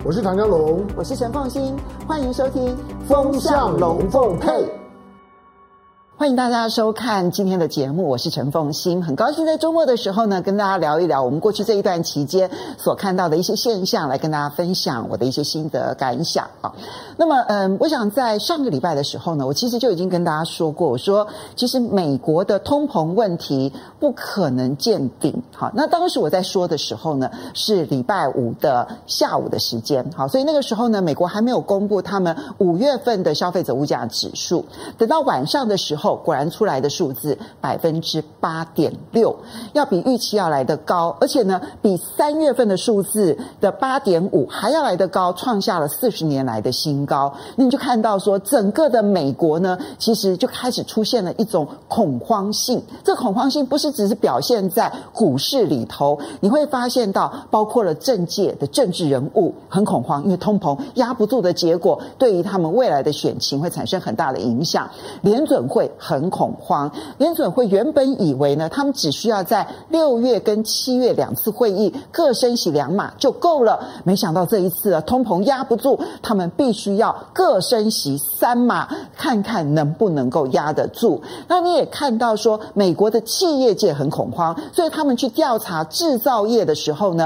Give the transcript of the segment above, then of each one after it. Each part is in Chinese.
我是唐湘龙， 我是陈凤馨，欢迎收听风向龙凤配。 欢迎大家收看今天的节目，我是陈凤馨，很高兴在周末的时候呢，跟大家聊一聊我们过去这一段期间所看到的一些现象，来跟大家分享我的一些心得感想啊。那么，我想在上个礼拜的时候呢，我其实就已经跟大家说过，我说其实美国的通膨问题不可能见顶。好，那当时我在说的时候呢，是礼拜五的下午的时间。好，所以那个时候呢，美国还没有公布他们5月份的消费者物价指数，等到晚上的时候，果然出来的数字 8.6%， 要比预期要来得高，而且呢，比3月份的数字的 8.5 还要来得高，创下了40年来的新高。那你就看到说，整个的美国呢，其实就开始出现了一种恐慌性。这恐慌性不是只是表现在股市里头，你会发现到包括了政界的政治人物很恐慌，因为通膨压不住的结果，对于他们未来的选情会产生很大的影响。联准会很恐慌，联准会原本以为呢，他们只需要在6月跟7月2次会议各升息2码就够了，没想到这一次通膨压不住，他们必须要各升息3码，看看能不能够压得住。那你也看到说，美国的企业界很恐慌，所以他们去调查制造业的时候呢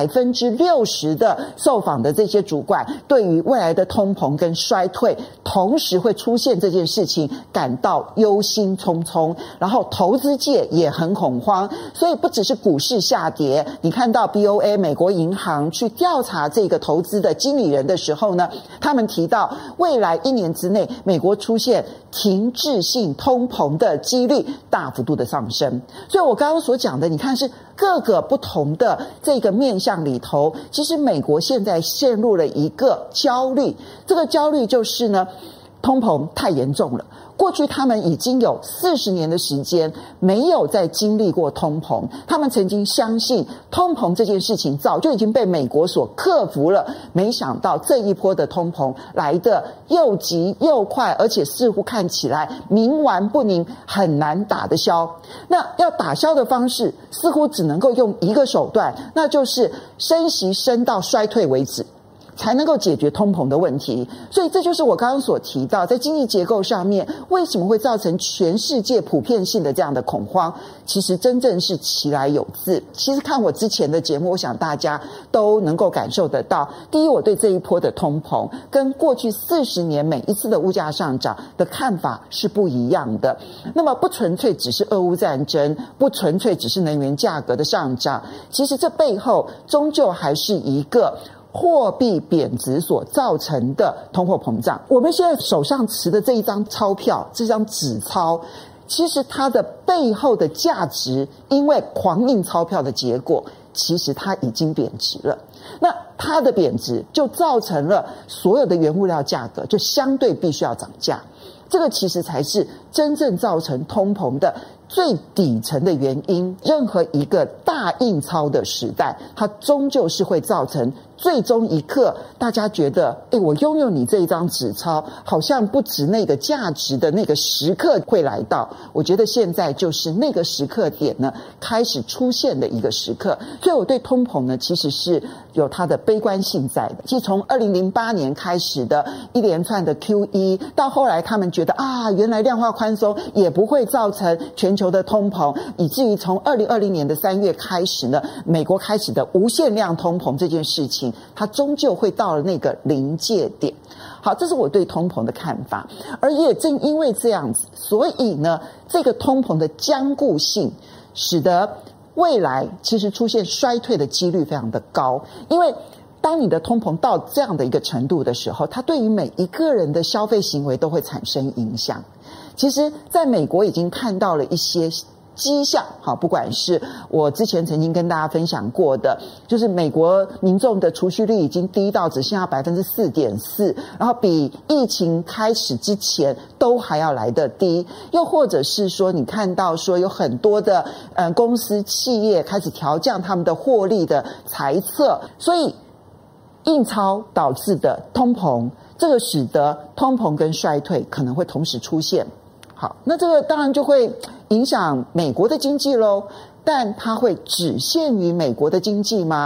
，60%的受访的这些主管对于未来的通膨跟衰退同时会出现这件事情感到忧心忡忡，然后投资界也很恐慌，所以不只是股市下跌，你看到 BOA 美国银行去调查这个投资的经理人的时候呢，他们提到未来1年之内美国出现停滞性通膨的几率大幅度的上升。所以我刚刚所讲的，你看是各个不同的这个面向里头，其实美国现在陷入了一个焦虑，这个焦虑就是呢，通膨太严重了。过去他们已经有40年的时间没有再经历过通膨，他们曾经相信通膨这件事情早就已经被美国所克服了，没想到这一波的通膨来得又急又快，而且似乎看起来冥顽不宁，很难打得消。那要打消的方式似乎只能够用一个手段，那就是升息升到衰退为止，才能够解决通膨的问题。所以这就是我刚刚所提到，在经济结构上面为什么会造成全世界普遍性的这样的恐慌，其实真正是其来有自。其实看我之前的节目，我想大家都能够感受得到，第一，我对这一波的通膨跟过去40年每一次的物价上涨的看法是不一样的。那么不纯粹只是俄乌战争，不纯粹只是能源价格的上涨，其实这背后终究还是一个货币贬值所造成的通货膨胀。我们现在手上持的这一张钞票，这张纸钞，其实它的背后的价值，因为狂印钞票的结果，其实它已经贬值了。那它的贬值就造成了所有的原物料价格就相对必须要涨价，这个其实才是真正造成通膨的最底层的原因。任何一个大印钞的时代，它终究是会造成最终一刻大家觉得，我拥有你这一张纸钞好像不值那个价值的那个时刻会来到。我觉得现在就是那个时刻点呢开始出现的一个时刻。所以我对通膨呢其实是有它的悲观性在的。其实从2008年开始的一连串的 QE， 到后来他们觉得原来量化宽松也不会造成全球的通膨，以至于从2020年的3月开始呢，美国开始的无限量通膨这件事情，它终究会到了那个临界点。好，这是我对通膨的看法。而也正因为这样子，所以呢，这个通膨的僵固性使得未来其实出现衰退的几率非常的高。因为当你的通膨到这样的一个程度的时候，它对于每一个人的消费行为都会产生影响。其实在美国已经看到了一些迹象，好，不管是我之前曾经跟大家分享过的，就是美国民众的储蓄率已经低到只剩下 4.4%， 然后比疫情开始之前都还要来得低。又或者是说你看到说有很多的公司企业开始调降他们的获利的财测，所以印钞导致的通膨，这个使得通膨跟衰退可能会同时出现。好，那这个当然就会影响美国的经济咯，但它会只限于美国的经济吗？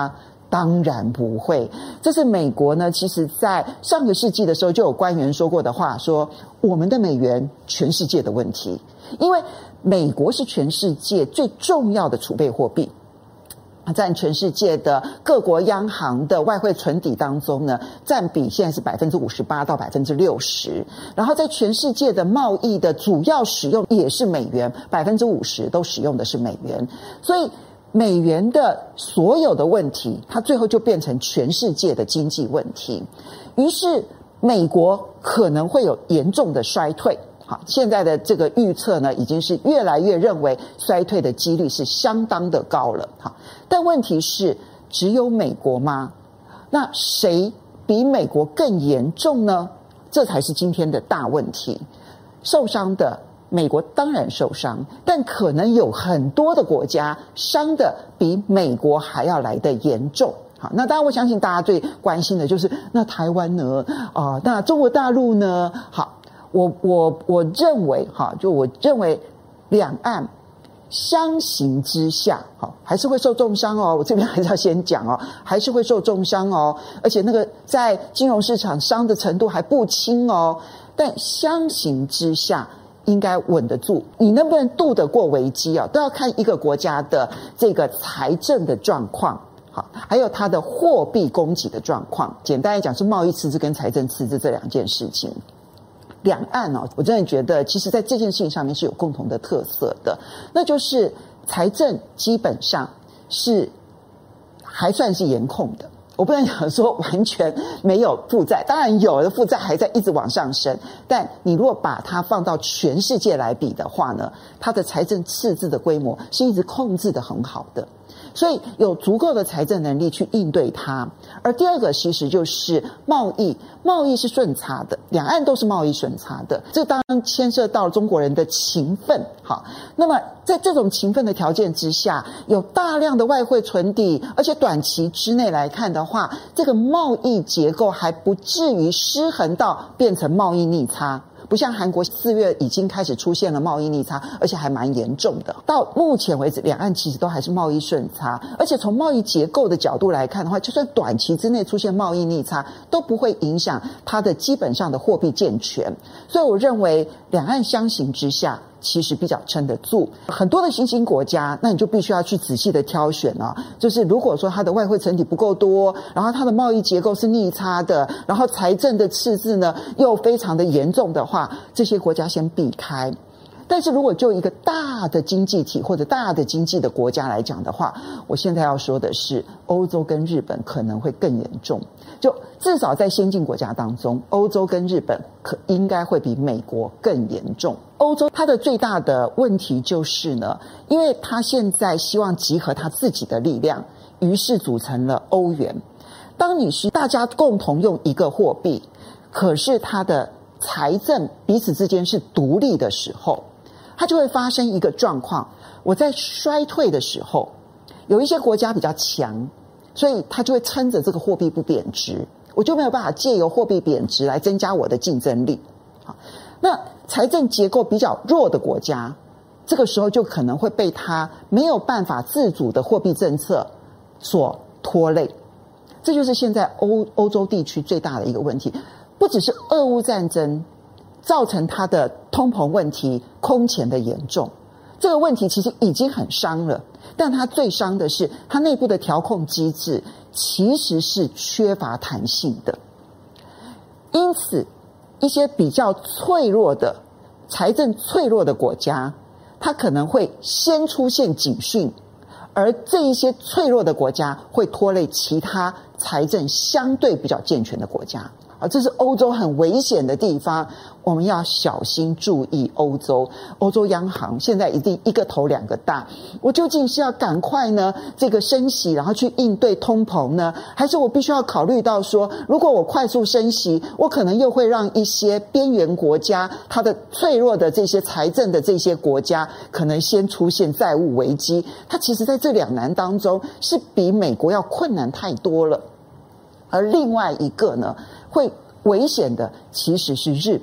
当然不会，这是美国呢，其实在上个世纪的时候就有官员说过的话，说我们的美元全世界的问题，因为美国是全世界最重要的储备货币，占全世界的各国央行的外汇存底当中呢，占比现在是58%到60%，然后在全世界的贸易的主要使用也是美元，50%都使用的是美元，所以美元的所有的问题，它最后就变成全世界的经济问题。于是美国可能会有严重的衰退。好，现在的这个预测呢，已经是越来越认为衰退的几率是相当的高了。好，但问题是，只有美国吗？那谁比美国更严重呢？这才是今天的大问题。受伤的美国当然受伤，但可能有很多的国家伤的比美国还要来得严重。好，那当然我相信大家最关心的就是那台湾呢？那中国大陆呢？好，我认为我认为两岸相形之下，好，还是会受重伤哦。我这边还是要先讲哦，还是会受重伤哦，而且那个在金融市场伤的程度还不轻哦。但相形之下，应该稳得住，你能不能渡得过危机啊？都要看一个国家的这个财政的状况，好，还有它的货币供给的状况。简单来讲，是贸易赤字跟财政赤字这两件事情。两岸我真的觉得，其实在这件事情上面是有共同的特色的，那就是财政基本上是还算是严控的。我不能讲说完全没有负债，当然有的负债还在一直往上升，但你如果把它放到全世界来比的话呢，它的财政赤字的规模是一直控制得很好的，所以有足够的财政能力去应对它。而第二个其实就是贸易是顺差的，两岸都是贸易顺差的，这当然牵涉到中国人的勤奋。好，那么在这种勤奋的条件之下，有大量的外汇存底，而且短期之内来看的话，这个贸易结构还不至于失衡到变成贸易逆差。不像韩国4月已经开始出现了贸易逆差，而且还蛮严重的。到目前为止，两岸其实都还是贸易顺差，而且从贸易结构的角度来看的话，就算短期之内出现贸易逆差，都不会影响它的基本上的货币健全。所以我认为两岸相形之下，其实比较撑得住。很多的新兴国家，那你就必须要去仔细的挑选啊。就是如果说它的外汇存底不够多，然后它的贸易结构是逆差的，然后财政的赤字呢又非常的严重的话，这些国家先避开。但是如果就一个大的经济体或者大的经济的国家来讲的话，我现在要说的是欧洲跟日本可能会更严重。就至少在先进国家当中，欧洲跟日本应该会比美国更严重。欧洲它的最大的问题就是呢，因为它现在希望集合它自己的力量，于是组成了欧元。当你是大家共同用一个货币，可是它的财政彼此之间是独立的时候，它就会发生一个状况。我在衰退的时候，有一些国家比较强，所以它就会撑着这个货币不贬值，我就没有办法借由货币贬值来增加我的竞争力。好，那财政结构比较弱的国家，这个时候就可能会被它没有办法自主的货币政策所拖累。这就是现在欧洲地区最大的一个问题，不只是俄乌战争造成它的通膨问题空前的严重，这个问题其实已经很伤了，但它最伤的是它内部的调控机制其实是缺乏弹性的。因此一些比较脆弱的财政脆弱的国家，它可能会先出现警讯，而这一些脆弱的国家会拖累其他财政相对比较健全的国家。这是欧洲很危险的地方，我们要小心注意欧洲央行现在一定一个头两个大，我究竟是要赶快呢这个升息然后去应对通膨呢，还是我必须要考虑到说，如果我快速升息，我可能又会让一些边缘国家它的脆弱的这些财政的这些国家可能先出现债务危机。它其实在这两难当中是比美国要困难太多了。而另外一个呢，会危险的其实是日本。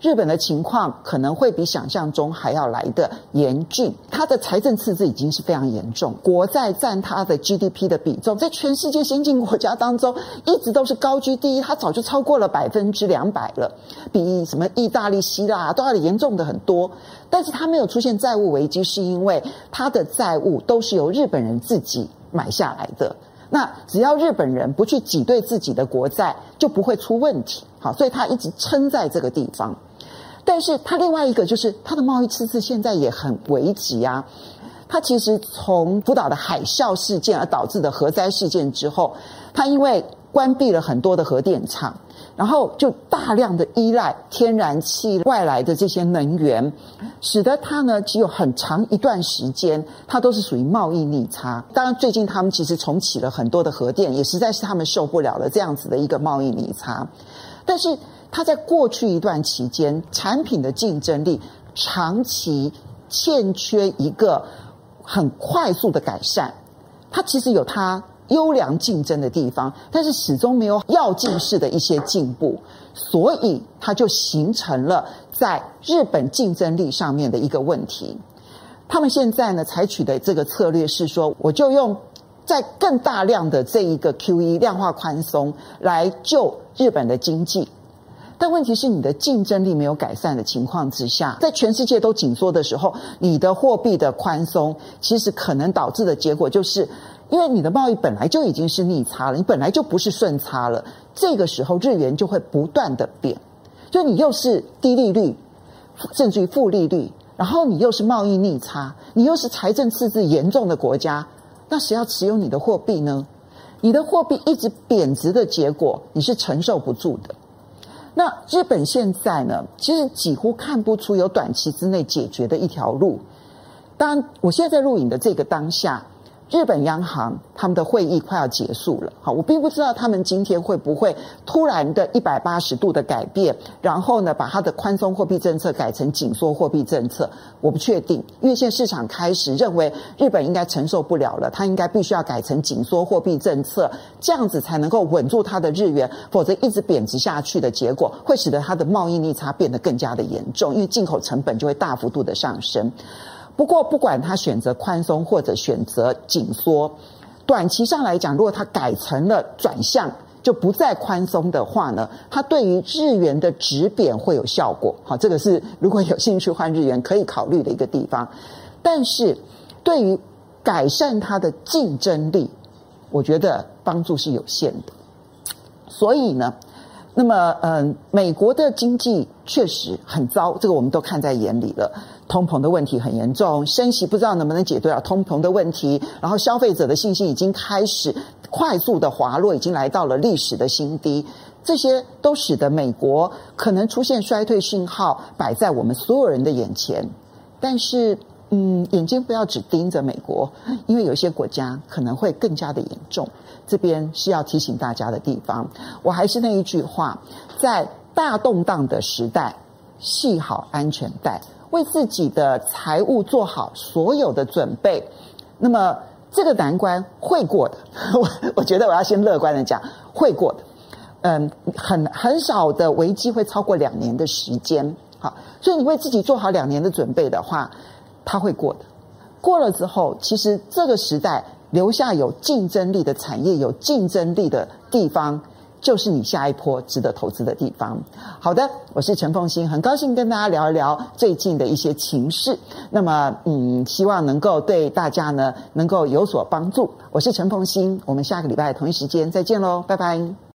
日本的情况可能会比想象中还要来的严峻，它的财政赤字已经是非常严重，国债占它的 GDP 的比重，在全世界先进国家当中一直都是高居第一，它早就超过了200%了，比什么意大利、希腊都要严重的很多。但是它没有出现债务危机，是因为它的债务都是由日本人自己买下来的。那只要日本人不去挤兑自己的国债，就不会出问题。好，所以它一直撑在这个地方。但是它另外一个就是它的贸易赤字现在也很危急啊。它其实从福岛的海啸事件而导致的核灾事件之后，它因为关闭了很多的核电厂，然后就大量的依赖天然气外来的这些能源，使得它呢只有很长一段时间它都是属于贸易逆差。当然最近他们其实重启了很多的核电，也实在是他们受不了了这样子的一个贸易逆差。但是它在过去一段期间产品的竞争力长期欠缺一个很快速的改善，它其实有它优良竞争的地方，但是始终没有跃进式的一些进步，所以它就形成了在日本竞争力上面的一个问题。他们现在呢采取的这个策略是说，我就用在更大量的这一个 QE 量化宽松来救日本的经济。但问题是你的竞争力没有改善的情况之下，在全世界都紧缩的时候，你的货币的宽松其实可能导致的结果就是因为你的贸易本来就已经是逆差了，你本来就不是顺差了，这个时候日元就会不断的贬，就你又是低利率甚至于负利率，然后你又是贸易逆差，你又是财政赤字严重的国家，那谁要持有你的货币呢？你的货币一直贬值的结果你是承受不住的。那日本现在呢其实几乎看不出有短期之内解决的一条路。当然我现在在录影的这个当下，日本央行他们的会议快要结束了，好，我并不知道他们今天会不会突然的180度的改变，然后呢把它的宽松货币政策改成紧缩货币政策，我不确定，因为现在市场开始认为日本应该承受不了了，它应该必须要改成紧缩货币政策，这样子才能够稳住它的日元，否则一直贬值下去的结果会使得它的贸易逆差变得更加的严重，因为进口成本就会大幅度的上升。不过不管他选择宽松或者选择紧缩，短期上来讲，如果他改成了转向，就不再宽松的话呢，它对于日元的值贬会有效果。好，这个是如果有兴趣换日元可以考虑的一个地方。但是对于改善它的竞争力，我觉得帮助是有限的。所以呢，那么美国的经济确实很糟，这个我们都看在眼里了。通膨的问题很严重，升息不知道能不能解决了通膨的问题，然后消费者的信心已经开始快速的滑落，已经来到了历史的新低，这些都使得美国可能出现衰退讯号摆在我们所有人的眼前。但是眼睛不要只盯着美国，因为有些国家可能会更加的严重，这边是要提醒大家的地方。我还是那一句话，在大动荡的时代，系好安全带，为自己的财务做好所有的准备。那么这个难关会过的，我觉得我要先乐观的讲，会过的。很少的危机会超过2年的时间。好，所以你为自己做好2年的准备的话，它会过的。过了之后，其实这个时代留下有竞争力的产业、有竞争力的地方，就是你下一波值得投资的地方。好的，我是陈凤馨，很高兴跟大家聊一聊最近的一些情势。那么希望能够对大家呢能够有所帮助。我是陈凤馨，我们下个礼拜同一时间再见咯，拜拜。